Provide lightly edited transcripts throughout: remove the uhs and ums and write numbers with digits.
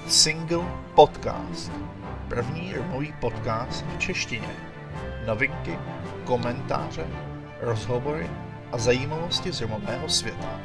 Single Podcast. První rumový podcast v češtině. Novinky, komentáře, rozhovory a zajímavosti z rumového světa.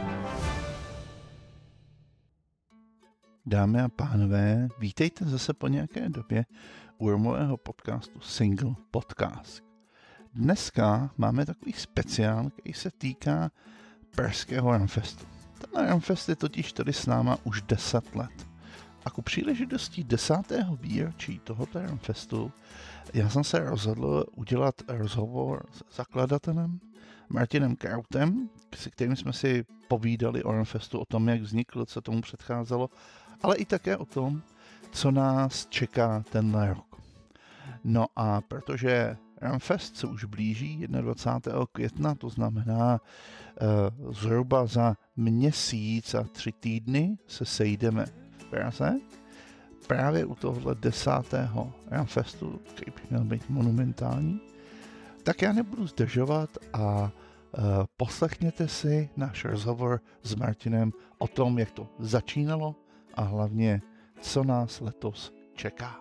Dámy a pánové, vítejte zase po nějaké době u rumového podcastu Single Podcast. Dneska máme takový speciál, který se týká pražského Runfestu. Ten Runfest je totiž tady s náma už 10 let. A ku příležitosti 10. výročí tohoto Runfestu já jsem se rozhodl udělat rozhovor s zakladatelem Martinem Krautem, se kterým jsme si povídali o Runfestu, o tom, jak vznikl, co tomu předcházelo, ale i také o tom, co nás čeká tenhle rok. No a protože Runfest se už blíží 21. května, to znamená zhruba za měsíc a 3 týdny se sejdeme v Praze. Právě u tohohle 10. Runfestu, který by měl být monumentální, tak já nebudu zdržovat a poslechněte si náš rozhovor s Martinem o tom, jak to začínalo a hlavně, co nás letos čeká.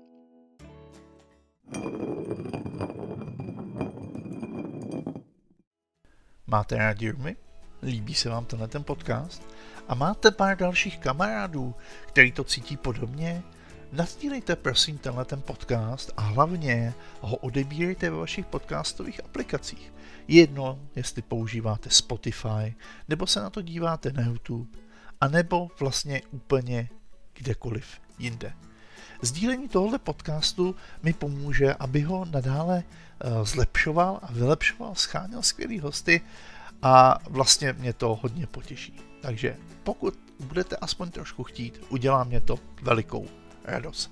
Máte rádi rumy? Líbí se vám ten podcast? A máte pár dalších kamarádů, který to cítí podobně? Nasdílejte prosím ten podcast a hlavně ho odebírejte ve vašich podcastových aplikacích. Jedno, jestli používáte Spotify, nebo se na to díváte na YouTube, anebo vlastně úplně kdekoliv jinde. Sdílení tohoto podcastu mi pomůže, aby ho nadále zlepšoval a vylepšoval, scháněl skvělý hosty a vlastně mě to hodně potěší. Takže pokud budete aspoň trošku chtít, udělá mě to velikou radost.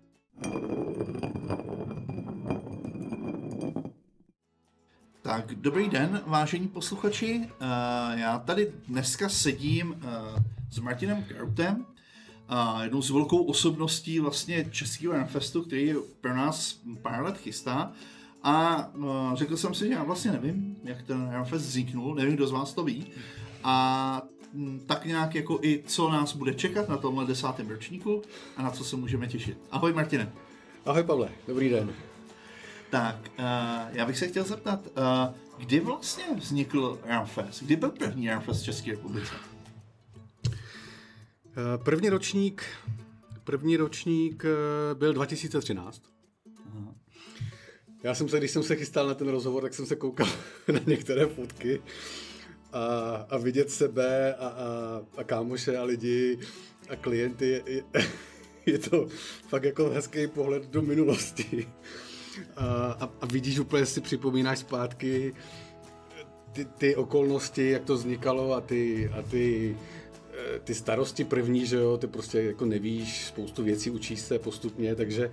Tak, dobrý den, vážení posluchači. Já tady dneska sedím s Martinem Krautem, jednou z velkou osobností vlastně českého Runfestu, který pro nás pár let chystá. A řekl jsem si, že já vlastně nevím, jak ten Runfest vzniknul, nevím, kdo z vás to ví. A tak nějak jako i co nás bude čekat na tomhle 10. ročníku a na co se můžeme těšit. Ahoj Martine. Ahoj Pavle, dobrý den. Tak, já bych se chtěl zeptat, kdy vlastně vznikl Runfest? Kdy byl první Runfest v České republice? První ročník byl 2013. Aha. Já jsem se, když jsem se chystal na ten rozhovor, tak jsem se koukal na některé fotky a vidět sebe a kámoše a lidi a klienty je to fakt jako hezký pohled do minulosti. A vidíš, úplně si připomínáš zpátky ty okolnosti, jak to vznikalo a ty starosti první, že jo, ty prostě jako nevíš, spoustu věcí učíš se postupně, takže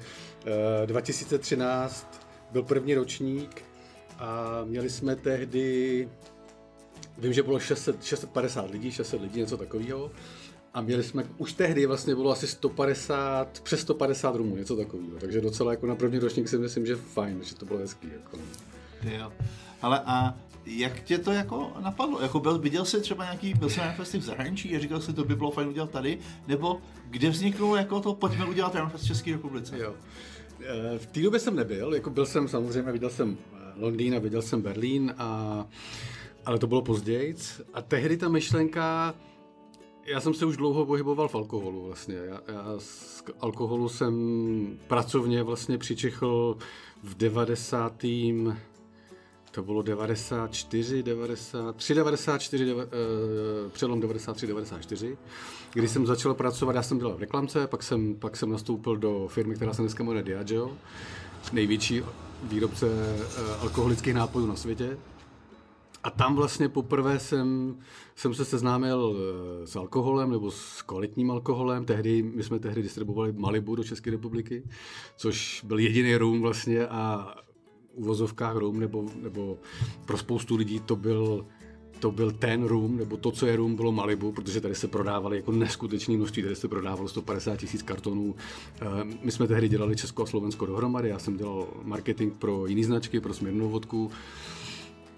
2013 byl první ročník a měli jsme tehdy, vím, že bylo 650 lidí, 600 lidí, něco takového. A měli jsme, už tehdy vlastně bylo asi přes 150 rumů, něco takového. Takže docela jako na první ročník si myslím, že fajn, že to bylo hezký. Jako. Jo. Ale a jak tě to jako napadlo? Jako viděl jsi třeba byl jsi na Runfesty v zahraničí a říkal jsi, to by bylo fajn udělat tady? Nebo kde vzniklo jako to, pojďme udělat Runfest v České republice? Jo. V té době jsem nebyl, jako byl jsem samozřejmě, viděl jsem Londýn a viděl jsem Berlín, ale to bylo pozdějc. A tehdy ta myšlenka, já jsem se už dlouho pohyboval v alkoholu vlastně. Já z alkoholu jsem pracovně vlastně přičichl v 90. To bylo 94, přelom 93-94, kdy jsem začal pracovat, já jsem dělal v reklamce, pak jsem nastoupil do firmy, která se dneska jmenuje Diageo, největší výrobce alkoholických nápojů na světě. A tam vlastně poprvé jsem se seznámil s alkoholem, nebo s kvalitním alkoholem. My jsme tehdy distribuovali Malibu do České republiky, což byl jediný rum vlastně a v uvozovkách rum, nebo pro spoustu lidí to byl ten rum, nebo to, co je rum, bylo Malibu, protože tady se prodávali jako neskutečné množství, tady se prodávalo 150 000 kartonů. My jsme tehdy dělali Česko a Slovensko dohromady, já jsem dělal marketing pro jiný značky, pro Smirnovu vodku.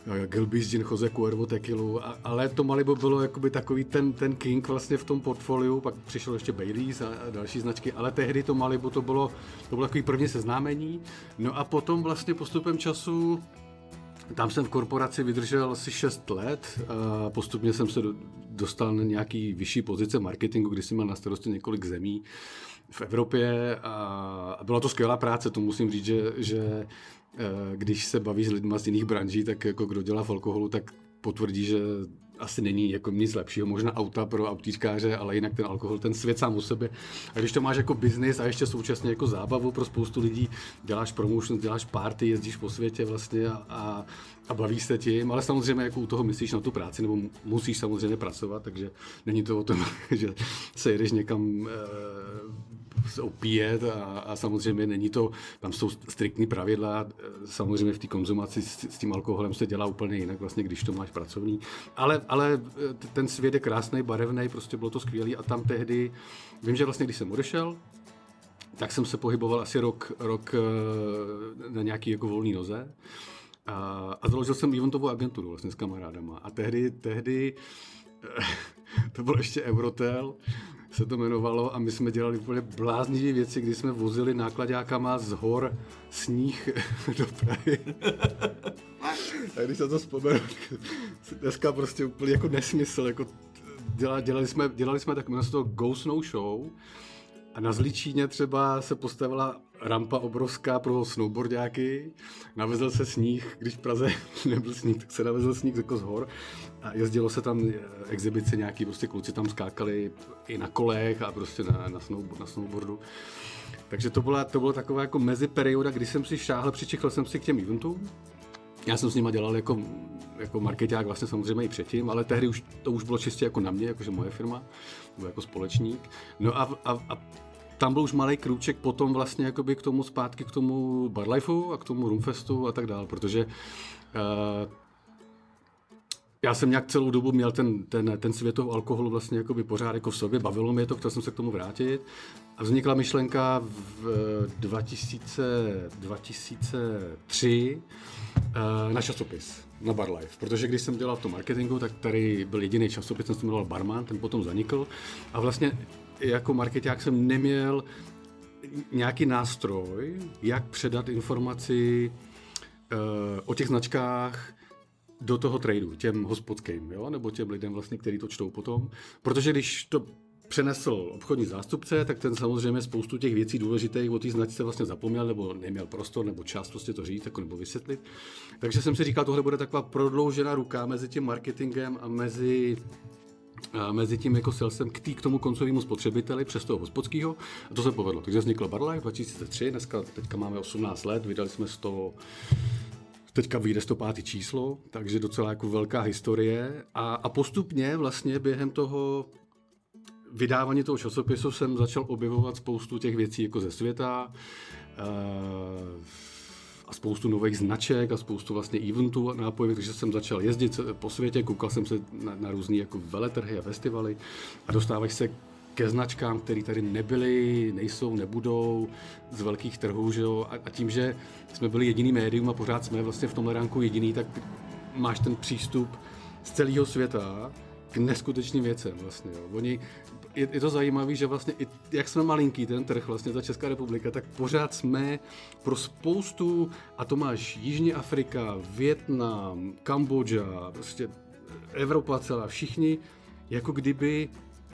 Gilbey's Gin, Jose Cuervo tequilu, ale to Malibu bylo jakoby takový ten king vlastně v tom portfoliu, pak přišlo ještě Baileys a další značky, ale tehdy to Malibu to bylo takový první seznámení. No a potom vlastně postupem času, tam jsem v korporaci vydržel asi 6 let, a postupně jsem se dostal na nějaký vyšší pozice marketingu, kdy jsem měl na starosti několik zemí v Evropě a byla to skvělá práce, to musím říct, že když se bavíš s lidmi z jiných branží, tak jako kdo dělá v alkoholu, tak potvrdí, že asi není jako nic lepšího, možná auta pro autíčkáře, ale jinak ten alkohol, ten svět sám o sobě. A když to máš jako biznis a ještě současně jako zábavu pro spoustu lidí, děláš promotion, děláš party, jezdíš po světě vlastně a bavíš se tím, ale samozřejmě jako u toho myslíš na tu práci, nebo musíš samozřejmě pracovat, takže není to o tom, že se jedeš někam se opíjet a samozřejmě není to, tam jsou striktní pravidla, samozřejmě v té konzumaci s tím alkoholem se dělá úplně jinak vlastně, když to máš pracovní, ale ten svět je krásný, barevný, prostě bylo to skvělý a tam tehdy, vím, že vlastně když jsem odešel, tak jsem se pohyboval asi rok na nějaký jako volný noze a založil jsem eventovou agenturu vlastně s kamarádama a tehdy to bylo ještě Eurotel, se to jmenovalo a my jsme dělali úplně bláznivé věci, kdy jsme vozili nákladákama z hor sníh do Prahy. A když se to vzpomenu, dneska prostě úplně jako nesmysl, jako dělali jsme tak jmenuje se to Go Snow Show a na Zličíně třeba se postavila rampa obrovská pro snowboardáky, navezl se sníh, když v Praze nebyl sníh, tak se navezl sníh jako z hor a jezdilo se tam exibice nějaký, prostě kluci tam skákali i na kolech a prostě na snowboardu. Takže to byla taková jako meziperioda, kdy jsem si šáhl, přičichl jsem si k těm eventům. Já jsem s nima dělal jako marketák vlastně samozřejmě i předtím, ale tehdy to už bylo čistě jako na mě, jakože moje firma, nebo jako společník. No a tam byl už malej krůček potom vlastně jakoby k tomu zpátky k tomu Barlifeu a k tomu Rumfestu a tak dál, protože já jsem nějak celou dobu měl ten svět toho alkoholu vlastně jakoby pořád jako v sobě, bavilo mě to, chtěl jsem se k tomu vrátit a vznikla myšlenka v 2003 na časopis, na Barlife, protože když jsem dělal v tom marketingu, tak tady byl jediný časopis, ten se jmenoval Barman, ten potom zanikl a vlastně jako marketák jsem neměl nějaký nástroj, jak předat informaci o těch značkách do toho tradu, těm hospodským, jo? Nebo těm lidem vlastně, kteří to čtou potom. Protože když to přenesl obchodní zástupce, tak ten samozřejmě spoustu těch věcí důležitých o té značce vlastně zapomněl, nebo neměl prostor, nebo čas prostě to říct, jako nebo vysvětlit. Takže jsem si říkal, tohle bude taková prodloužená ruka mezi tím marketingem a mezi tím jako salesem k tomu koncovému spotřebiteli přes toho hospodského. A to se povedlo. Takže vzniklo Barlife 2003, teďka máme 18 let, vydali jsme teďka vyjde 105. číslo, takže docela jako velká historie a postupně vlastně během toho vydávání toho časopisu jsem začal objevovat spoustu těch věcí jako ze světa a spoustu nových značek a spoustu vlastně eventů a nápojů, takže jsem začal jezdit po světě, koukal jsem se na různý jako veletrhy a festivaly a dostáváš se ke značkám, které tady nebyly, nejsou, nebudou, z velkých trhů, že jo? A tím, že jsme byli jediný médium a pořád jsme vlastně v tomhle ranku jediný, tak máš ten přístup z celého světa k neskutečným věcem vlastně, jo? Je to zajímavé, že vlastně i jak jsme malinký ten trh, vlastně ta Česká republika, tak pořád jsme pro spoustu, a to máš Jižní Afrika, Vietnam, Kambodža, prostě Evropa celá, všichni, jako kdyby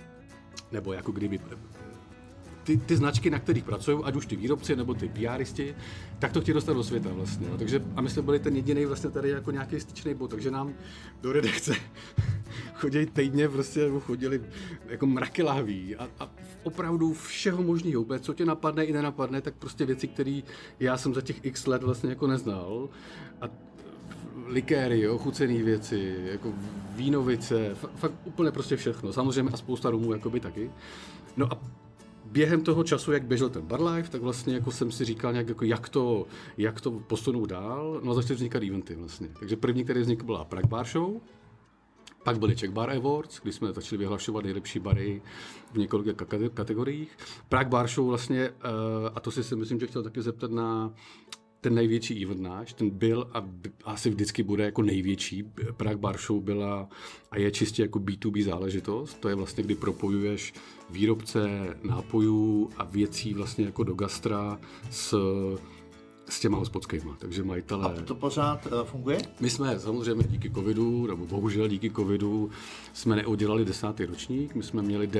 ty značky, na kterých pracují, ať už ty výrobci nebo ty PRisti, tak to chtějí dostat do světa vlastně. No. Takže a my jsme byli ten jediný vlastně tady jako nějaký styčný bod, takže nám do redakce chodí týdně, prostě chodili jako mraky lahví a opravdu všeho možného, co tě napadne i nenapadne, tak prostě věci, které já jsem za těch x let vlastně jako neznal. A likéry, jo, chucený věci, jako vínovice, fakt úplně prostě všechno. Samozřejmě a spousta rumů jakoby taky. No a během toho času, jak běžel ten Barlife, tak vlastně jako jsem si říkal nějak jako jak to posunout dál. No a začaly vznikat eventy vlastně. Takže první, který vznikl, byla Prague Bar Show. Pak byly Czech Bar Awards, kdy jsme začali vyhlašovat nejlepší bary v několika kategoriích. Prague Bar Show vlastně, a to si myslím, že chtěl taky zeptat na ten největší event náš, ten byl a asi vždycky bude jako největší. Prague Bar Show byla a je čistě jako B2B záležitost. To je vlastně, kdy propojuješ výrobce nápojů a věcí vlastně jako do gastra s těma hospodskýma, takže majitelé... A to pořád funguje? My jsme samozřejmě díky covidu, nebo bohužel díky covidu, jsme neudělali 10. ročník, my jsme měli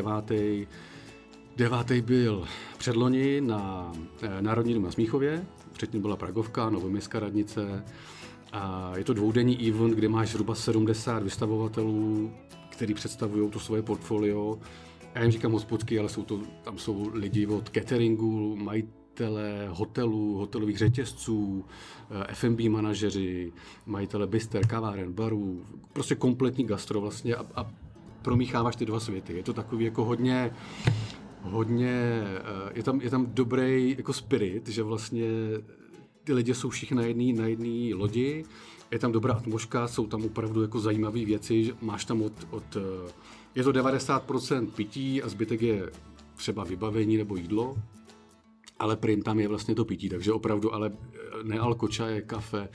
9. byl předloni na Národní dům na Smíchově, předtím byla Pragovka, Novoměstská radnice a je to dvoudenní event, kde máš zhruba 70 vystavovatelů, kteří představují to svoje portfolio. Já jim říkám hospodský, ale tam jsou lidi od cateringu, majitele hotelů, hotelových řetězců, F&B manažeři, majitele bister, kaváren, barů, prostě kompletní gastro vlastně a promícháváš ty dva světy. Je to takový jako hodně je tam dobrý jako spirit, že vlastně ty lidi jsou všichni na jedné lodi, je tam dobrá atmosféra, jsou tam opravdu jako zajímavé věci, že máš tam je to 90% pití a zbytek je třeba vybavení nebo jídlo, ale prim tam je vlastně to pití, takže opravdu, ale nealko, čaje, kafe,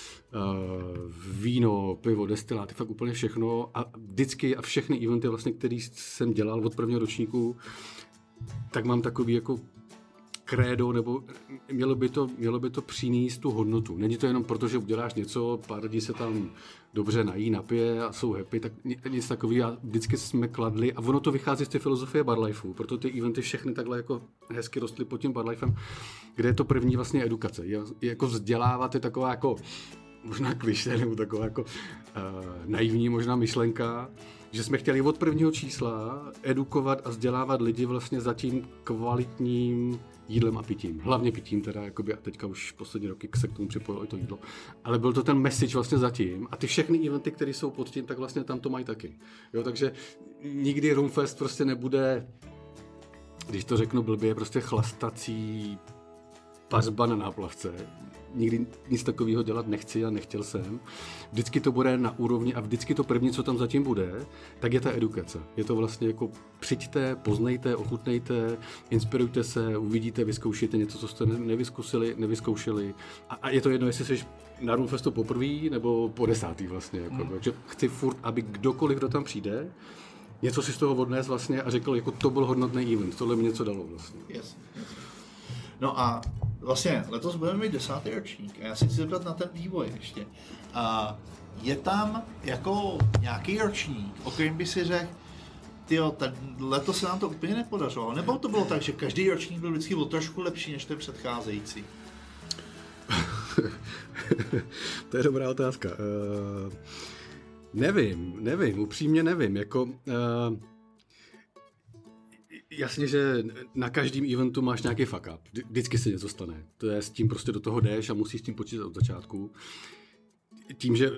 víno, pivo, destiláty, fakt úplně všechno a vždycky a všechny eventy vlastně, který jsem dělal od prvního ročníku, tak mám takový jako krédo, nebo mělo by to přinést tu hodnotu. Není to jenom proto, že uděláš něco, pár lidí se tam dobře nají, napije a jsou happy, tak nic takový a vždycky jsme kladli a ono to vychází z té filozofie barlifeu, proto ty eventy všechny takhle jako hezky rostly pod tím barlifem, kde je to první vlastně edukace. Je jako vzdělávat, je taková jako možná klišé, nebo taková jako naivní možná myšlenka, že jsme chtěli od prvního čísla edukovat a vzdělávat lidi vlastně za tím kvalitním jídlem a pitím. Hlavně pitím teda, jakoby, a teďka už poslední roky se k tomu připojilo i to jídlo. Ale byl to ten message vlastně zatím a ty všechny eventy, které jsou pod tím, tak vlastně tam to mají taky. Jo, takže nikdy Rumfest prostě nebude, když to řeknu blbě, prostě chlastací pařba na náplavce. Nikdy nic takového dělat nechci a nechtěl jsem. Vždycky to bude na úrovni a vždycky to první, co tam zatím bude, tak je ta edukace. Je to vlastně jako přijďte, poznejte, ochutnejte, inspirujte se, uvidíte, vyzkoušejte něco, co jste nevyzkoušeli. A je to jedno, jestli jsi na Rumfestu poprvé nebo po 10. vlastně. Jako. Takže chci furt, aby kdokoliv, kdo tam přijde, něco si z toho odnes vlastně a řekl, jako to byl hodnotný event, tohle mi něco dalo vlastně. Yes. No a vlastně letos budeme mít 10. ročník a já si chci zeptat na ten vývoj ještě. A je tam jako nějaký ročník, o kterém by si řekl, tyjo, letos se nám to úplně nepodařilo, nebo to bylo tak, že každý ročník byl vždycky trošku lepší než ten předcházející? To je dobrá otázka. Nevím, upřímně nevím. Jasně, že na každém eventu máš nějaký fuck up. Vždycky se něco stane. To je s tím prostě do toho jdeš a musíš s tím počítat od začátku. Tím, že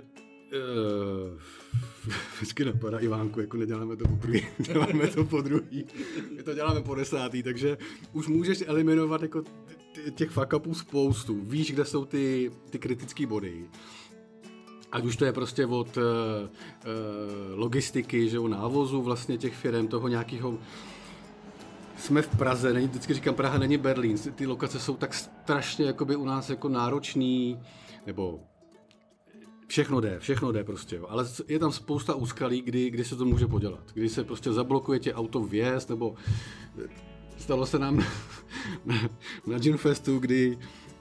vždycky napadá Ivánku, jako neděláme to poprvé, děláme to po druhý. My to děláme po 10. Takže už můžeš eliminovat jako těch fuck upů spoustu. Víš, kde jsou ty kritické body. Ať už to je prostě od logistiky, že návozu vlastně těch firem, toho nějakého. Jsme v Praze, vždycky říkám, Praha není Berlín, ty lokace jsou tak strašně jakoby u nás jako náročný, nebo všechno jde prostě, jo. Ale je tam spousta úskalí, kdy se to může podělat, kdy se prostě zablokuje tě auto vjezd, nebo stalo se nám na Ginfestu, kdy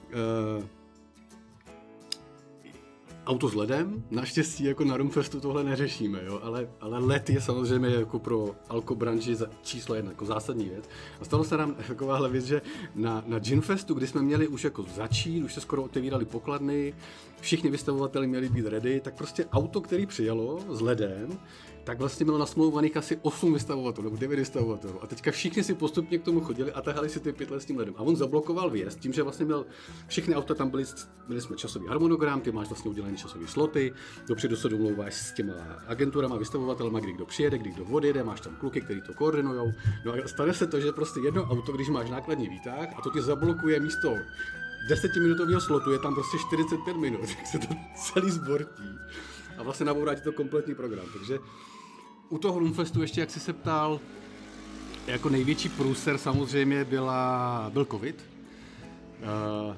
auto s ledem, naštěstí jako na Rumfestu tohle neřešíme, jo? Ale led je samozřejmě jako pro alkobranži číslo 1, jako zásadní věc. A stalo se nám takováhle věc, že na Ginfestu, kdy jsme měli už jako začít, už se skoro otevíraly pokladny, všichni vystavovatelé měli být ready, tak prostě auto, který přijelo s ledem, tak vlastně bylo nasmlouvaných asi 8 vystavovatelů nebo 9 vystavovatelů. A teďka všichni si postupně k tomu chodili a tahali si ty pytle s tím ledem. A on zablokoval vjezd tím, že vlastně měl všechny auta tam měli jsme časový harmonogram, ty máš vlastně udělaný časový sloty, dopředu se domlouváš s těma agenturama, vystavovatelema, kdy kdo přijede, kdy kdo odjede, máš tam kluky, kteří to koordinujou. No a stane se to, že prostě jedno auto, když máš nákladní výtah a to ti zablokuje místo 10minutového slotu, je tam prostě 45 minut, tak se to celý zbortí. A vlastně nabourá ti to kompletní program, takže u toho Rumfestu ještě, jak jsi se ptal, jako největší průser samozřejmě byl covid.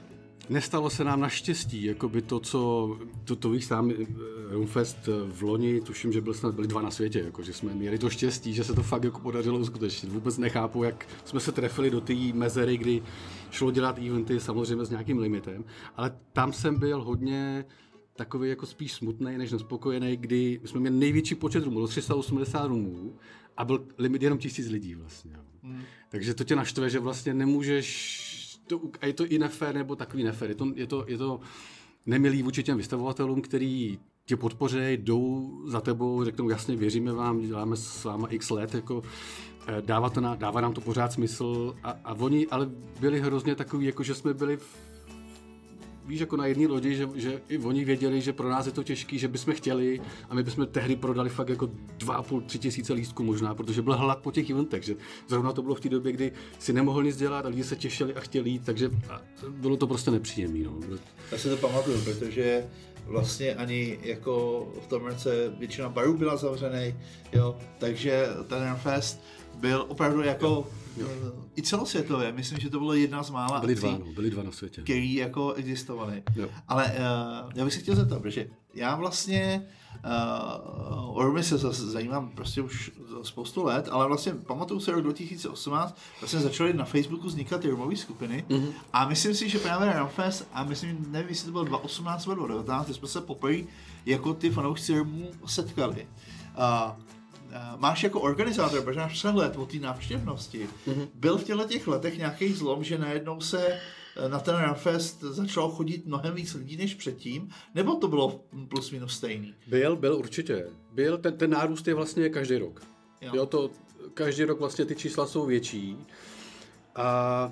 Nestalo se nám naštěstí, jakoby to víš sám, Rumfest v loni, tuším, že byli 2 na světě, jako, že jsme měli to štěstí, že se to fakt jako podařilo uskutečnit. Vůbec nechápu, jak jsme se trefili do té mezery, kdy šlo dělat eventy samozřejmě s nějakým limitem, ale tam jsem byl hodně takový jako spíš smutný než nespokojený, kdy jsme měli největší počet roomů, do 380 roomů a byl limit jenom 1000 lidí vlastně. Takže to tě naštve, že vlastně nemůžeš a je to i nefér, nebo takový nefér. Je to nemilý vůči těm vystavovatelům, který tě podpoří, jdou za tebou, řeknou jasně, věříme vám, děláme s váma x let, jako, dává nám to pořád smysl a oni ale byli hrozně takový, jako že jsme byli víš, jako na jedné lodi, že i oni věděli, že pro nás je to těžký, že bychom chtěli a my bychom tehdy prodali fakt jako 2,5–3 tisíce lístků možná, protože byl hlad po těch eventech, že zrovna to bylo v té době, kdy si nemohl nic dělat a lidi se těšili a chtěli jít, takže bylo to prostě nepříjemný. No. Já si to pamatuju, protože vlastně ani jako v tom roce většina barů byla zavřený, jo, takže ten Rumfest byl opravdu jako i celosvětově, myslím, že to bylo jedna z mála byly dva na světě, který jako existovaly. Ale já bych se chtěl zeptat, protože já vlastně o Rumy se zajímám prostě už spoustu let, ale vlastně pamatuju se rok 2018, vlastně začaly na Facebooku vznikat ty rumové skupiny a myslím si, že právě Rumfest a myslím, nevím, jestli to bylo 2018 nebo 2019, jsme se poprvé jako ty fanoušci rumů setkali. Máš jako organizátor, protože máš přehled o té návštěvnosti. Byl v těch letech nějaký zlom, že najednou se na ten Rumfest začalo chodit mnohem víc lidí než předtím, nebo to bylo plus minus stejný? Byl určitě. Ten nárůst je vlastně každý rok. Jo, každý rok vlastně ty čísla jsou větší. A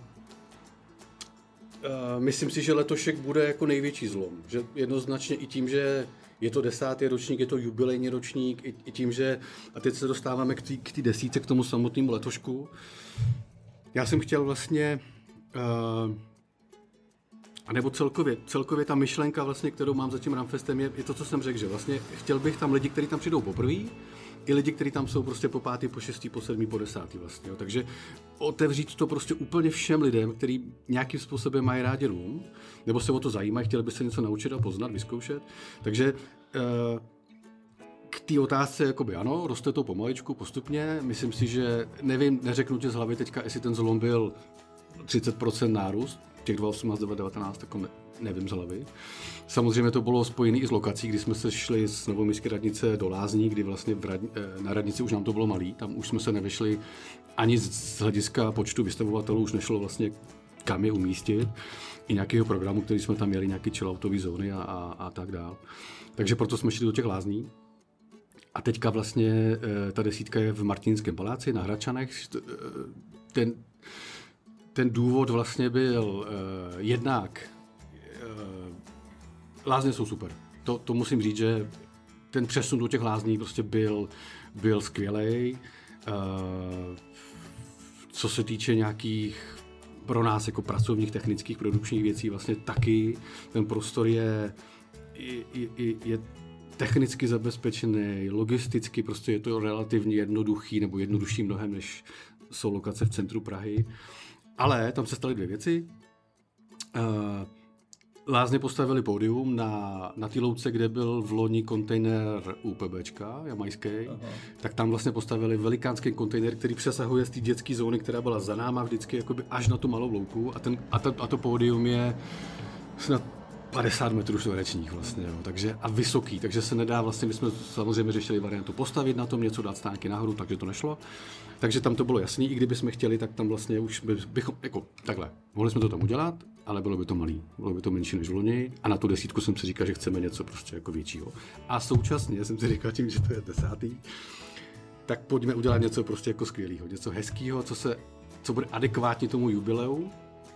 myslím si, že letošek bude jako největší zlom. Že jednoznačně i tím, že je to 10. ročník, je to jubilejní ročník, i tím, že a teď se dostáváme k té 10, k tomu samotnému letošku. Já jsem chtěl vlastně, anebo celkově ta myšlenka, vlastně, kterou mám za tím Rumfestem, je to, co jsem řekl, že vlastně chtěl bych tam lidi, kteří tam přijdou poprvé, i lidi, kteří tam jsou prostě po 5., po 6., po 7., po 10. vlastně. Jo. Takže otevřít to prostě úplně všem lidem, kteří nějakým způsobem mají rádi rum, nebo se o to zajímají, chtěli by se něco naučit a poznat, vyzkoušet. Takže k té otázce, jakoby ano, roste to pomaličku, postupně. Myslím si, že neřeknu tě z hlavy teďka, jestli ten zlom byl 30% nárůst, těch 2018, 2019, jako nevím z hlavy. Samozřejmě to bylo spojené i s lokací, kdy jsme se šli z Novoměstské radnice do Lázní, kdy vlastně na radnici už nám to bylo malý, tam už jsme se nevyšli ani z hlediska počtu vystavovatelů, už nešlo vlastně kam je umístit, i nějakého programu, který jsme tam měli, nějaké chilloutové zóny a tak dál. Takže proto jsme šli do těch Lázní. A teďka vlastně ta 10 je v Martinském paláci na Hradčanech. Ten důvod vlastně byl jednak Lázně jsou super. To musím říct, že ten přesun do těch Lázní prostě byl skvělej. Co se týče nějakých pro nás jako pracovních, technických, produkčních věcí vlastně taky. Ten prostor je technicky zabezpečený, logisticky prostě je to relativně jednoduchý nebo jednodušší mnohem, než jsou lokace v centru Prahy. Ale tam se staly 2 věci. Lázně postavili pódium na té louce, kde byl v loni kontejner UPBčka, jamajský, tak tam vlastně postavili velikánský kontejner, který přesahuje z té dětské zóny, která byla za náma vždycky jakoby až na tu malou louku a to pódium je snad 50 metrů čtverečních vlastně, jo. Takže a vysoký, takže se nedá vlastně, my jsme samozřejmě řešili variantu postavit na tom něco, dát stánky nahoru, takže to nešlo. Takže tam to bylo jasný, i kdybychom chtěli, tak tam vlastně už bychom, jako takhle, mohli jsme to tam udělat, ale bylo by to malý, bylo by to menší než v loni a na tu 10 jsem si říkal, že chceme něco prostě jako většího. A současně jsem si říkal tím, že to je 10. tak pojďme udělat něco prostě jako skvělého, něco hezkého, co bude adekvátní tomu jubileu.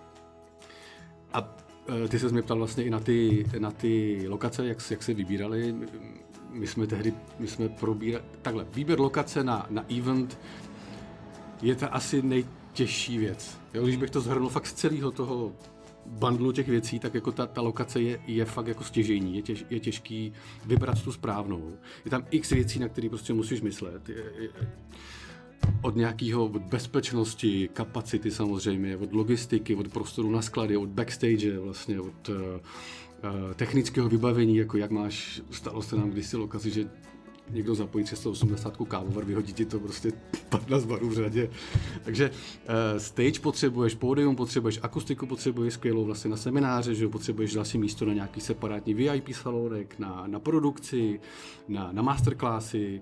A ty se mě ptal vlastně i na ty lokace, jak se vybírali. My jsme probírali, takhle, výběr lokace na event je to asi nejtěžší věc. Jo, když bych to shrnul fakt z celého toho bundlu těch věcí, tak jako ta lokace je fakt jako stěžejní, je těžký vybrat tu správnou. Je tam x věcí, na které prostě musíš myslet. od nějakého, od bezpečnosti, kapacity samozřejmě, od logistiky, od prostoru na sklady, od backstage, vlastně od technického vybavení, jako jak máš, stalo se nám kdysi lokaci, že někdo zapojí 380 kávovar, vyhodí ti to prostě 15 barů v řadě. Takže stage potřebuješ, pódium potřebuješ, akustiku potřebuješ skvělou vlastně na semináře, že potřebuješ další místo na nějaký separátní VIP salonek, na produkci, na masterclassy.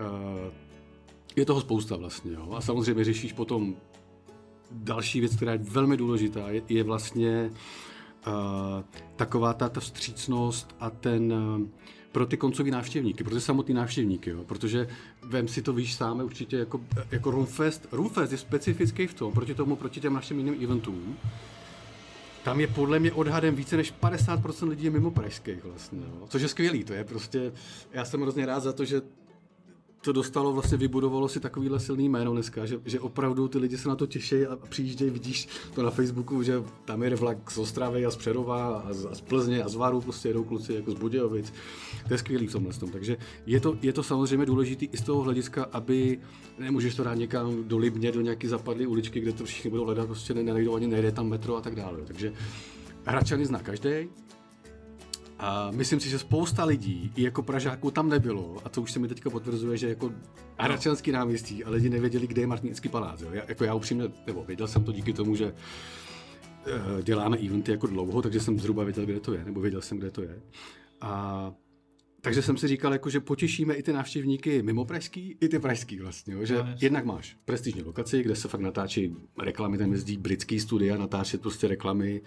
Je toho spousta vlastně. Jo? A samozřejmě řešíš potom další věc, která je velmi důležitá, je vlastně taková ta vstřícnost a ten pro ty koncový návštěvníky, pro ty samotný návštěvníky, jo? Protože vem si to, víš sám určitě jako Roomfest. Roomfest je specifický v tom, proti těm návštěvným eventům. Tam je podle mě odhadem více než 50% lidí je mimo pražských vlastně, jo? Což je skvělý, to je prostě, já jsem hrozně rád za to, že to dostalo, vlastně vybudovalo si takovýhle silný jméno dneska, že opravdu ty lidi se na to těší a přijíždějí, vidíš to na Facebooku, že tam jede vlak z Ostravy a z Přerova a z Plzně a z Varu, prostě jedou kluci jako z Budějovic. To je skvělý v tomhle tom. Takže je to samozřejmě důležitý i z toho hlediska, aby nemůžeš to dát někam do Libně, do nějaký zapadlé uličky, kde to všichni budou hledat, prostě nenajdou ani, nejde tam metro a tak dále. Takže Hradčany zná každý. A myslím si, že spousta lidí, i jako Pražáků, tam nebylo, a to už se mi teďka potvrzuje, že jako Hradčanský náměstí, a lidi nevěděli, kde je Martinský palác. Jo? Já upřímně, nebo věděl jsem to díky tomu, že děláme eventy jako dlouho, takže jsem zhruba věděl, kde to je, nebo věděl jsem, kde to je. Takže jsem si říkal, jako, že potěšíme i ty návštěvníky mimo pražský, i ty pražský vlastně, jo? Že jednak máš prestižní lokaci, kde se fakt natáčí reklamy, tam jezdí britský studia, natáčí prostě reklamy,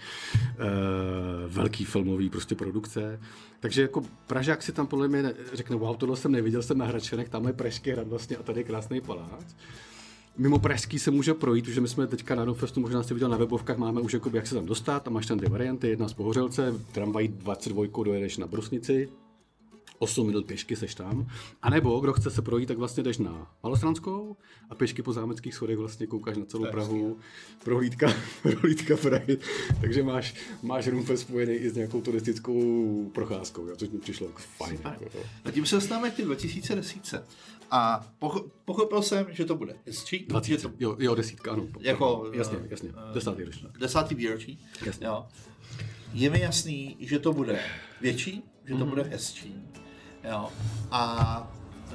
velký filmový prostě produkce. Takže jako Pražák si tam podle mě řekne, wow, tohle jsem neviděl, jsem na Hradčanech, tam je Pražský hrad vlastně a tady je krásný palác. Mimo pražský se může projít, protože my jsme teďka na Downfestu, možná jste viděl na webovkách, máme už jakoby, jak se tam dostat, tam máš tam dvě varianty, jedna z Pohořelce, tramvají 22 dojedeš na Brusnici, 8 minut pěšky seš tam, a nebo kdo chce se projít, tak vlastně jdeš na Malostranskou a pěšky po zámeckých schodech vlastně koukáš na celou Prahu, prohlídka Prahy, takže máš Roomfest spojený i s nějakou turistickou procházkou, což mi přišlo jako fajn. Jako. A tím se dostáváme k 2010. A pochopil jsem, že to bude hezčí. 20, jo, 10, ano. Jako, jasně, 10. ročník. 10. výročí. Jasně. Jo. Je mi jasný, že to bude větší, že to bude hezčí. Jo. A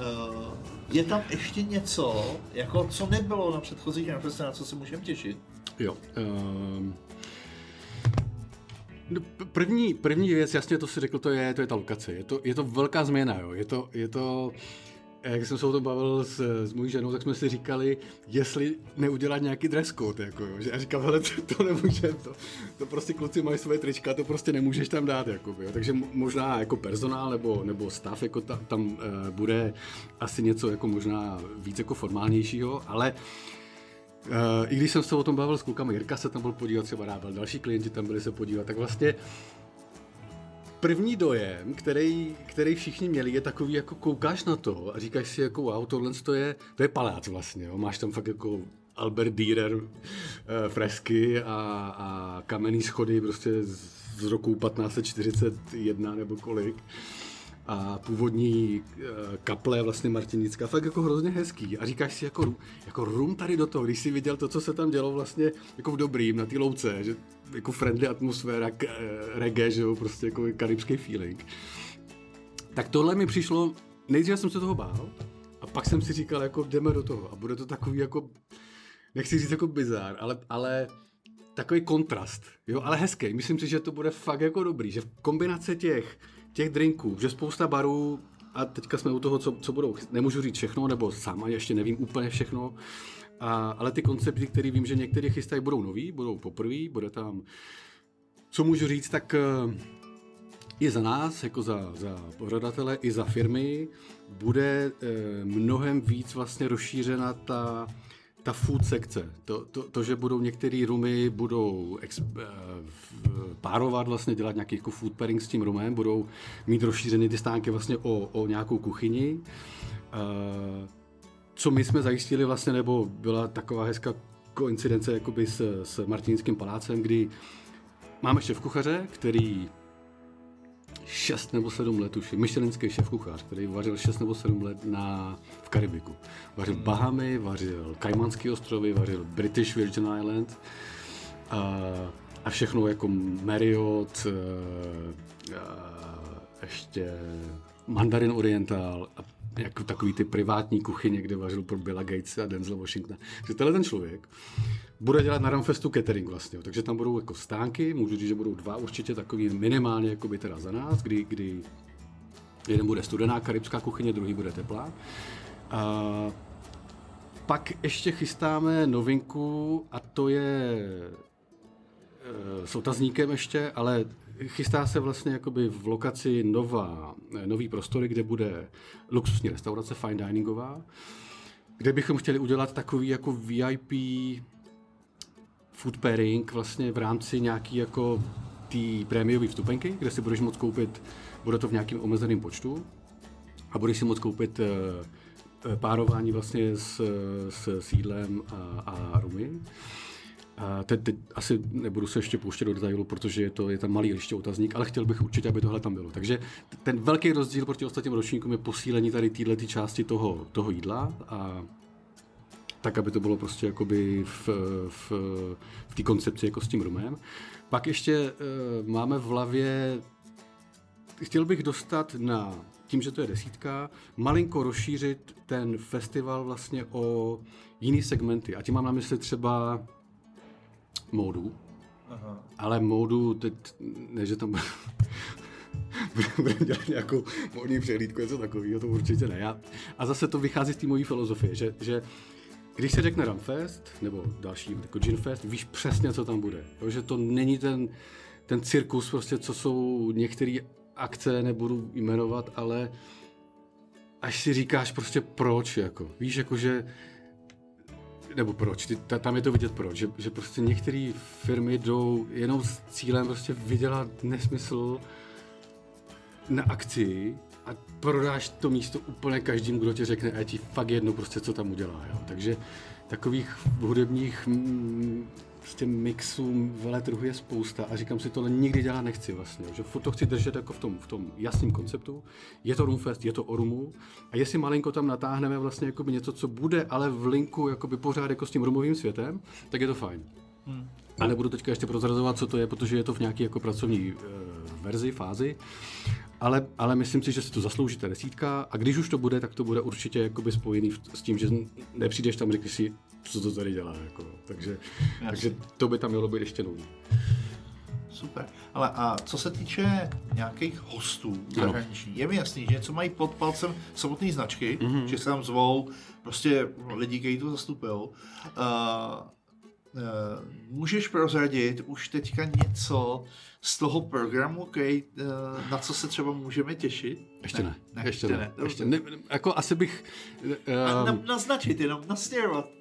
je tam ještě něco, jako co nebylo na předchozích Downfestech, na co se můžeme těšit? Jo. První věc, jasně to si řekl, to je ta lokace. Je to velká změna, jo. Je to jak jsem se o tom bavil s mojí ženou, tak jsme si říkali, jestli neudělat nějaký dress code, jako jo. Že já říkám, hele, to nemůžeme, to prostě kluci mají svoje trička, to prostě nemůžeš tam dát, jako, jo. Takže možná jako personál nebo staff jako tam bude asi něco jako možná víc jako formálnějšího, ale i když jsem se o tom bavil s klukama, Jirka se tam byl podívat, třeba Rábel, další klienti tam byli se podívat, tak vlastně první dojem, který všichni měli, je takový, jako koukáš na to a říkáš si, jako wow, tohle to je palác vlastně, jo. Máš tam fakt jako Albert Dürer fresky a kamenný schody prostě z roku 1541 nebo kolik. A původní kaple vlastně martinická, fakt jako hrozně hezký. A říkáš si jako room tady do toho, když jsi viděl to, co se tam dělo vlastně jako v dobrým, na té louce, že jako friendly atmosféra, reggae, že jo, prostě jako karibský feeling. Tak tohle mi přišlo, nejdříve jsem se toho bál, a pak jsem si říkal, jako jdeme do toho a bude to takový jako, nechci říct jako bizár, ale takový kontrast, jo, ale hezký. Myslím si, že to bude fakt jako dobrý, že v kombinaci těch drinků, že spousta barů, a teďka jsme u toho, co budou, nemůžu říct všechno, nebo sám ještě nevím úplně všechno, ale ty koncepty, které vím, že některé chystají, budou nový, budou poprvé, bude tam, co můžu říct, tak i za nás, jako za pořadatele, i za firmy, bude mnohem víc vlastně rozšířena ta food sekce, to, že budou některé rumy budou párovat, vlastně dělat nějaký jako food pairing s tím rumem, budou mít rozšířené ty stánky vlastně o nějakou kuchyni. Co my jsme zajistili vlastně, nebo byla taková hezká koincidence jakoby s Martinickým palácem, kdy máme šéfkuchaře, který 6 nebo 7 let už, michelinský šéfkuchař, který vařil 6 nebo 7 let v Karibiku. Vařil Bahamy, vařil Kajmanské ostrovy, vařil British Virgin Islands a všechno jako Marriott, ještě Mandarin Oriental a jako takový ty privátní kuchyně, kde vařil pro Billa Gatese a Denzela Washingtona. Takže tenhle ten člověk bude dělat na Ramfestu catering vlastně, takže tam budou jako stánky, můžu říct, že budou 2 určitě takový minimálně jako by teda za nás, kdy jeden bude studená karibská kuchyně, druhý bude teplá. Pak ještě chystáme novinku a to je s otazníkem ještě, ale chystá se vlastně jakoby v lokaci nový prostory, kde bude luxusní restaurace, fine diningová, kde bychom chtěli udělat takový jako VIP food pairing vlastně v rámci nějaký jako té prémiové vstupenky, kde si budeš moct koupit, bude to v nějakém omezeném počtu a budeš si moct koupit párování vlastně s jídlem a rumy. A teď asi nebudu se ještě pouštět do detailu, protože je tam malý ještě otazník, ale chtěl bych určitě, aby tohle tam bylo. Takže ten velký rozdíl proti ostatním ročníkům je posílení tady této části toho jídla a tak, aby to bylo prostě jakoby v té koncepci jako s tím rumem. Pak ještě máme v hlavě, chtěl bych dostat tím, že to je 10, malinko rozšířit ten festival vlastně o jiný segmenty. A tím mám na mysli třeba módu, ale módu, teď, ne, že tam budeme dělat nějakou módní přehlídku, něco takového, to určitě ne. A zase to vychází z té mojí filozofie, že když se řekne Ramfest, nebo další jako Ginfest, víš přesně, co tam bude. Jo, že to není ten cirkus, prostě, co jsou některé akce, nebudu jmenovat, ale až si říkáš prostě proč, jako. Víš, jakože nebo proč, tam je to vidět proč, že prostě některé firmy jdou jenom s cílem prostě vydělat nesmysl na akci a prodáš to místo úplně každému, kdo ti řekne, a je ti fakt jedno prostě, co tam udělá, jo. Takže takových hudebních prostě mixů veletrhů je spousta a říkám si, tohle nikdy dělat nechci vlastně, že furt to chci držet jako v tom jasném konceptu. Je to Rumfest, je to o rumu a jestli malinko tam natáhneme vlastně jakoby něco, co bude, ale v linku jakoby pořád jako s tím rumovým světem, tak je to fajn. A nebudu teďka ještě prozrazovat, co to je, protože je to v nějaké jako pracovní fázi, ale myslím si, že si to zaslouží ta 10 a když už to bude, tak to bude určitě jakoby spojený s tím, že nepřijdeš tam, řekneš si, co to tady dělá, jako. Takže to by tam mělo být ještě nový. Super. Ale a co se týče nějakých hostů zahraničí, je mi jasný, že něco mají pod palcem samotné značky, že se tam zvou prostě lidi, kteří to zastupují. Můžeš prozradit už teďka něco z toho programu, na co se třeba můžeme těšit? Ještě ne. Jako asi bych naznačit, jenom nasměrovat.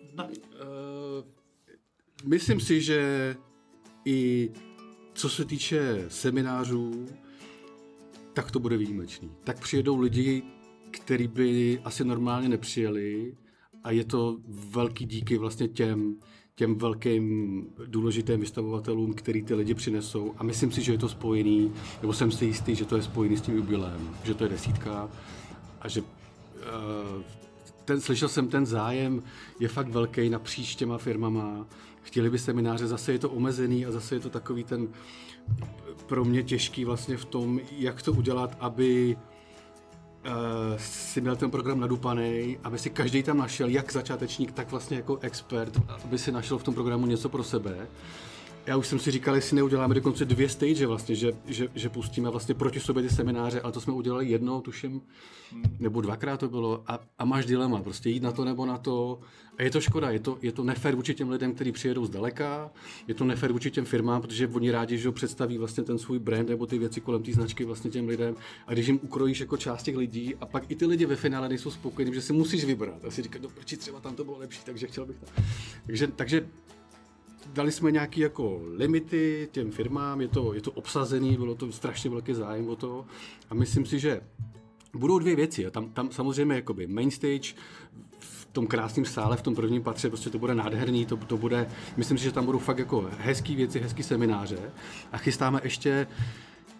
Myslím si, že i co se týče seminářů, tak to bude výjimečný. Tak přijedou lidi, kteří by asi normálně nepřijeli a je to velký díky vlastně těm velkým důležitým vystavovatelům, který ty lidi přinesou a myslím si, že je to spojený, nebo jsem si jistý, že to je spojený s tím jubileem, že to je 10 a že slyšel jsem, ten zájem je fakt velký napříč těma firmama. Chtěli by semináře, zase je to omezený a zase je to takový ten pro mě těžký vlastně v tom, jak to udělat, aby si měl ten program nadupaný, aby si každý tam našel, jak začátečník, tak vlastně jako expert, aby si našel v tom programu něco pro sebe. Já už jsem si říkal, jestli neuděláme dokonce 2 stage vlastně, že pustíme vlastně proti sobě ty semináře, ale to jsme udělali jednou, tuším, nebo 2krát to bylo a máš dilema, prostě jít na to nebo na to. A je to škoda, je to nefér vůči těm lidem, kteří přijedou zdaleka, je to nefér vůči těm firmám, protože oni rádi, že představí vlastně ten svůj brand nebo ty věci kolem té značky vlastně těm lidem a když jim ukrojíš jako část těch lidí a pak i ty lidi ve finále nejsou spokojení, že si musíš vybrat a si říkat, no proč třeba tam to bylo lepší, takže chtěl bych tam. Takže dali jsme nějaké jako limity těm firmám, je to obsazený, bylo to strašně velký zájem o to a myslím si, že budou 2 věci. Tam samozřejmě jakoby main stage v tom krásném sále, v tom prvním patře, prostě to bude nádherný, to bude, myslím si, že tam budou fakt jako hezký věci, hezký semináře a chystáme ještě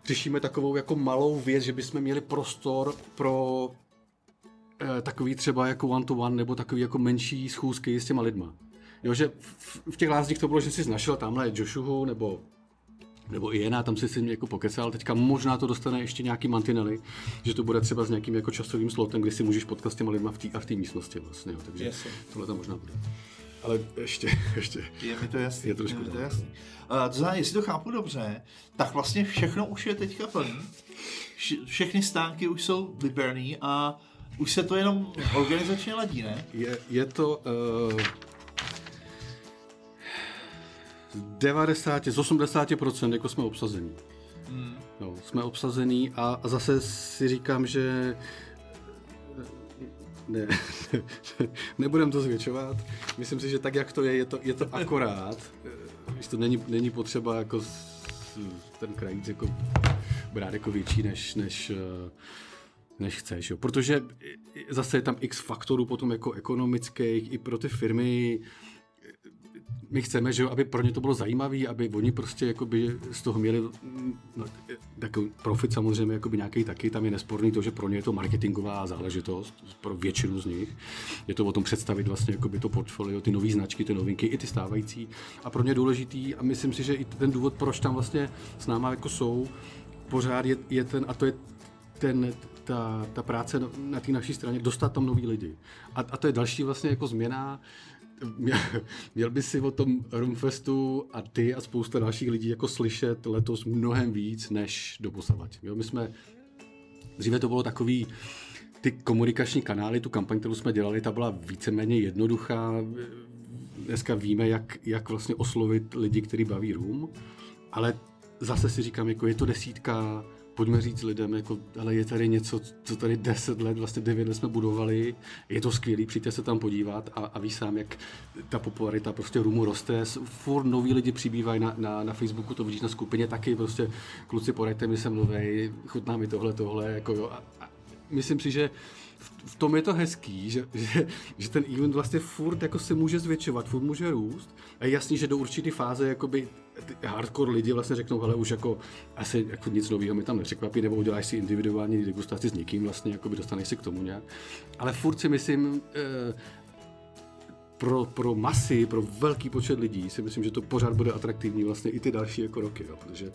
řešíme takovou jako malou věc, že bychom měli prostor pro takový třeba jako one-to-one nebo takový jako menší schůzky s těma lidma. Jo, že v těch lázních to bylo, že jsi našel tamhle Joshuhu nebo Iena, tam si s ním jako pokecal, teďka možná to dostane ještě nějaký mantinely, že to bude třeba s nějakým jako časovým slotem, kdy si můžeš potkat s těma lidma v té místnosti vlastně, jo, takže tohle tam možná bude. Ale ještě. Je mi to jasný. Je trošku to jasný. To znamená, jestli to chápu dobře, tak vlastně všechno už je teďka plný. Všechny stánky už jsou vybraný a už se to jenom organizačně ladí, ne? Je to... z 80% jako jsme obsazení. No, jsme obsazení a zase si říkám, že nebudem to zvětšovat. Myslím si, že tak, jak to je to akorát. Když to není potřeba jako ten krajíc jako brát jako větší, než chceš. Jo. Protože zase je tam x faktorů potom jako ekonomických i pro ty firmy. My chceme, že aby pro ně to bylo zajímavé, aby oni prostě jakoby z toho měli takový profit samozřejmě jakoby nějaký taky, tam je nesporný to, že pro ně je to marketingová záležitost, pro většinu z nich. Je to o tom představit vlastně jakoby to portfolio, ty nové značky, ty novinky, i ty stávající. A pro ně je důležitý a myslím si, že i ten důvod, proč tam vlastně s náma jako jsou, pořád je ten, a to je ta práce na té naší straně, dostat tam nový lidi. A to je další vlastně jako změna. Měl by si o tom Rumfestu a ty a spousta dalších lidí jako slyšet letos mnohem víc než doposavad. My jsme, dříve to bylo takový, ty komunikační kanály, tu kampaň, kterou jsme dělali, ta byla víceméně jednoduchá. Dneska víme, jak vlastně oslovit lidi, kteří baví Rum, ale zase si říkám, jako je to 10, pojďme říct lidem, jako, ale je tady něco, co tady 10 let, vlastně 9 let jsme budovali, je to skvělý, přijďte se tam podívat a víš sám, jak ta popularita prostě Rumu roste, furt noví lidi přibývají na Facebooku, to vidíš na skupině taky, prostě kluci poraďte mi se mluvej, chutná mi tohle, jako jo, a myslím si, že v tom je to hezký, že ten event vlastně furt jako se může zvětšovat, furt může růst. A je jasný, že do určitý fáze jakoby hardcore lidi vlastně řeknou, hele, už jako asi jako nic nového mi tam nepřekvapí, nebo uděláš si individuální degustaci s někým, vlastně jakoby dostaneš si k tomu nějak. Ale furt si myslím, pro masy, pro velký počet lidí si myslím, že to pořád bude atraktivní vlastně i ty další jako roky, jo, protože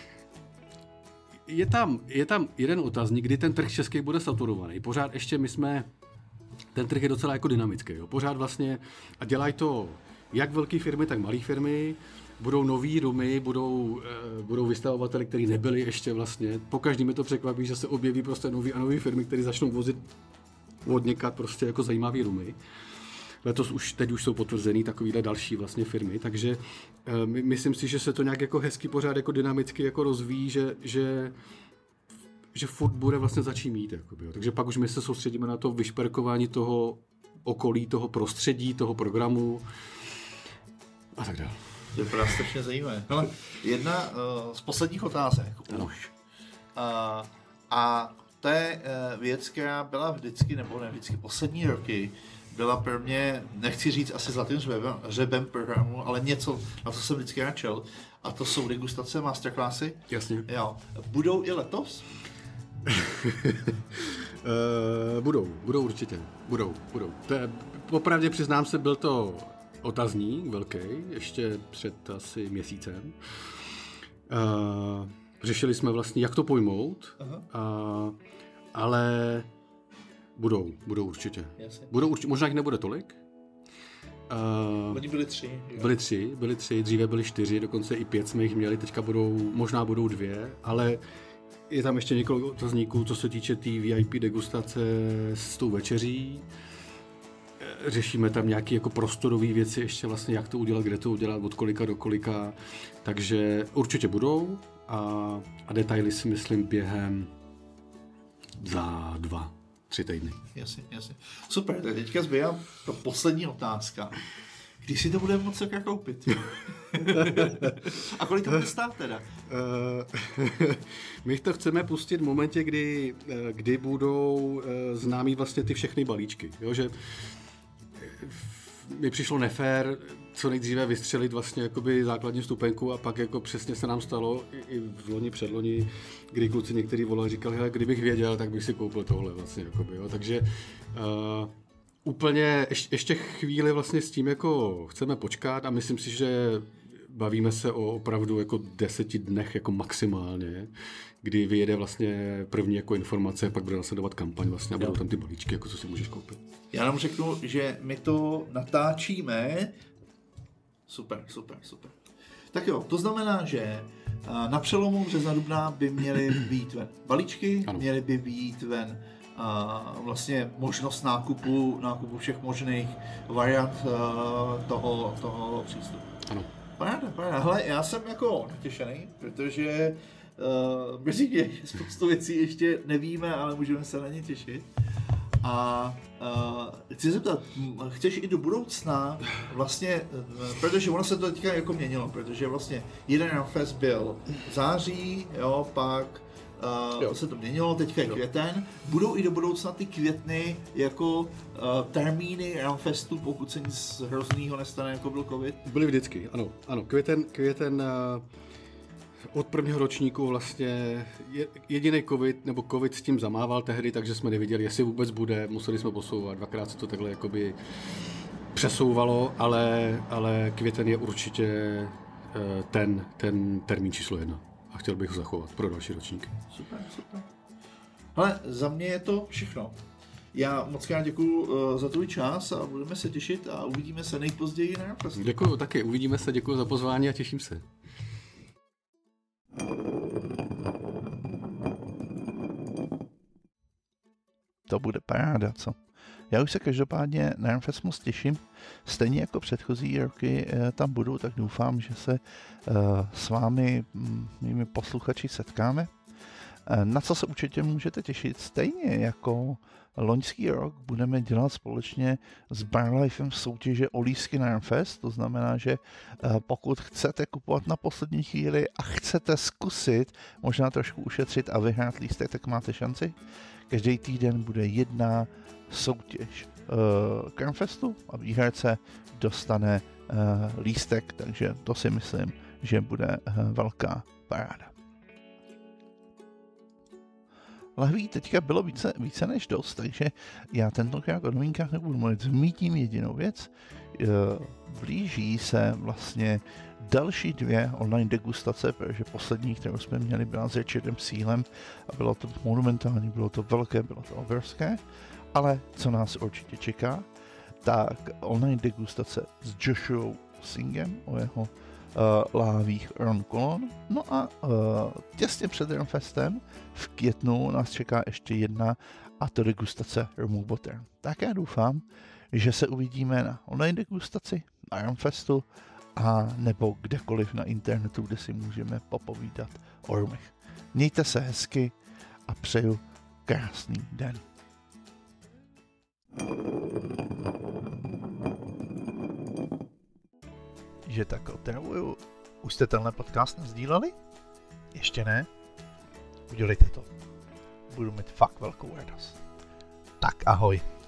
je tam jeden otazník, kdy ten trh český bude saturovaný. Pořád ještě ten trh je docela jako dynamický. Jo. Pořád vlastně, a dělají to jak velké firmy, tak malé firmy, budou nový rumy, budou vystavovateli, kteří nebyli ještě vlastně. Pokaždý mi to překvapí, že se objeví prostě nový firmy, které začnou vozit odněkat prostě jako zajímavý rumy. Letos teď už jsou potvrzený takovýhle další vlastně firmy, takže myslím si, že se to nějak jako hezky pořád jako dynamicky jako rozvíjí, že furt bude vlastně začít mít. Jakoby, jo. Takže pak už my se soustředíme na to vyšperkování toho okolí, toho prostředí, toho programu a tak dále. To je právě strašně zajímavé. Hele, jedna z posledních otázek už. A to je věc, která byla vždycky, nebo ne vždycky, poslední roky, byla pro mě, nechci říct asi zlatým hřebem programu, ale něco, na co jsem vždycky načel, a to jsou degustace, masterclassy. Jasně. Jo. Budou i letos? Budou určitě. Budou. Popravdě přiznám se, byl to otazník velký, ještě před asi měsícem. Řešili jsme vlastně, jak to pojmout, ale budou určitě. Možná jich nebude tolik. Oni byli 3. Byli 3, dříve byli 4, dokonce i 5 jsme jich měli, teďka možná budou 2, ale je tam ještě několik otazníků, co se týče té VIP degustace s tou večeří. Řešíme tam nějaké jako prostorové věci, ještě vlastně jak to udělat, kde to udělat, od kolika do kolika, takže určitě budou a detaily si myslím během za 2-3 týdny. Jasně. Super, tak teďka zbývá to poslední otázka. Když si to budeme moct tak koupit? A kolik to bude stát teda? My to chceme pustit v momentě, kdy budou známí vlastně ty všechny balíčky. Jo, že mi přišlo nefér co nejdříve vystřelit vlastně jakoby základní stupenku a pak jako přesně se nám stalo i v loni, předloni, kdy kluci některý volali, říkali, hele, kdybych věděl, tak bych si koupil tohle vlastně, jakoby, jo. Takže úplně ještě chvíli vlastně s tím jako chceme počkat a myslím si, že bavíme se o opravdu jako 10 dnech jako maximálně, kdy vyjede vlastně první jako informace, pak bude následovat kampaň vlastně a budou tam ty balíčky, jako co si můžeš koupit. Já nám řeknu, že my to natáčíme. Super. Tak jo, to znamená, že na přelomu března dubna by měly být ven balíčky, ano. Měly by být ven vlastně možnost nákupu všech možných variant toho přístupu. Ano. Paráda. Hele, já jsem jako natěšený, protože mrzí mě, spoustu věcí ještě nevíme, ale můžeme se na ně těšit. A chci se zeptat, chceš i do budoucna vlastně, protože ono se to teďka jako měnilo, protože vlastně jeden Runfest byl v září, jo, pak se to měnilo, teďka je květen. Budou i do budoucna ty květny jako termíny Runfestu, pokud se nic hroznýho nestane, jako byl covid? Byly vždycky, ano. Květen od prvního ročníku vlastně jediný covid s tím zamával tehdy, takže jsme neviděli, jestli vůbec bude, museli jsme posouvat, dvakrát se to takhle jakoby přesouvalo, ale květen je určitě ten termín číslo 1 a chtěl bych ho zachovat pro další ročníky. Super. Hele, za mě je to všechno. Já moc krát děkuju za tvůj čas a budeme se těšit a uvidíme se nejpozději na Runfestu. Děkuju taky, uvidíme se, děkuju za pozvání a těším se. To bude paráda, co? Já už se každopádně na Runfest moc těším. Stejně jako předchozí roky tam budu, tak doufám, že se s vámi, mými posluchači, setkáme. Na co se určitě můžete těšit, stejně jako loňský rok budeme dělat společně s BarLifem soutěže o lístky na Runfest, to znamená, že pokud chcete kupovat na poslední chvíli a chcete zkusit možná trošku ušetřit a vyhrát lístek, tak máte šanci. Každý týden bude jedna soutěž k Runfestu a výherce dostane lístek, takže to si myslím, že bude velká paráda. Lahví teďka bylo více než dost, takže já tentokrát o novinkách nebudu mluvit. Zmítím jedinou věc. Blíží se vlastně další 2 online degustace, protože poslední, kterou jsme měli, byla s Richardem Sealem a bylo to monumentální, bylo to velké, bylo to obrovské, ale co nás určitě čeká, tak online degustace s Joshua Singem o jeho láhvích Ron Colon. No a těsně před Runfestem v květnu nás čeká ještě jedna, a to degustace Remove Butter. Tak já doufám, že se uvidíme na online degustaci, na Runfestu a nebo kdekoliv na internetu, kde si můžeme popovídat o rumech. Mějte se hezky a přeju krásný den. Že tak otravuju. Už jste tenhle podcast nasdíleli? Ještě ne? Udělejte to. Budu mít fakt velkou radost. Tak ahoj.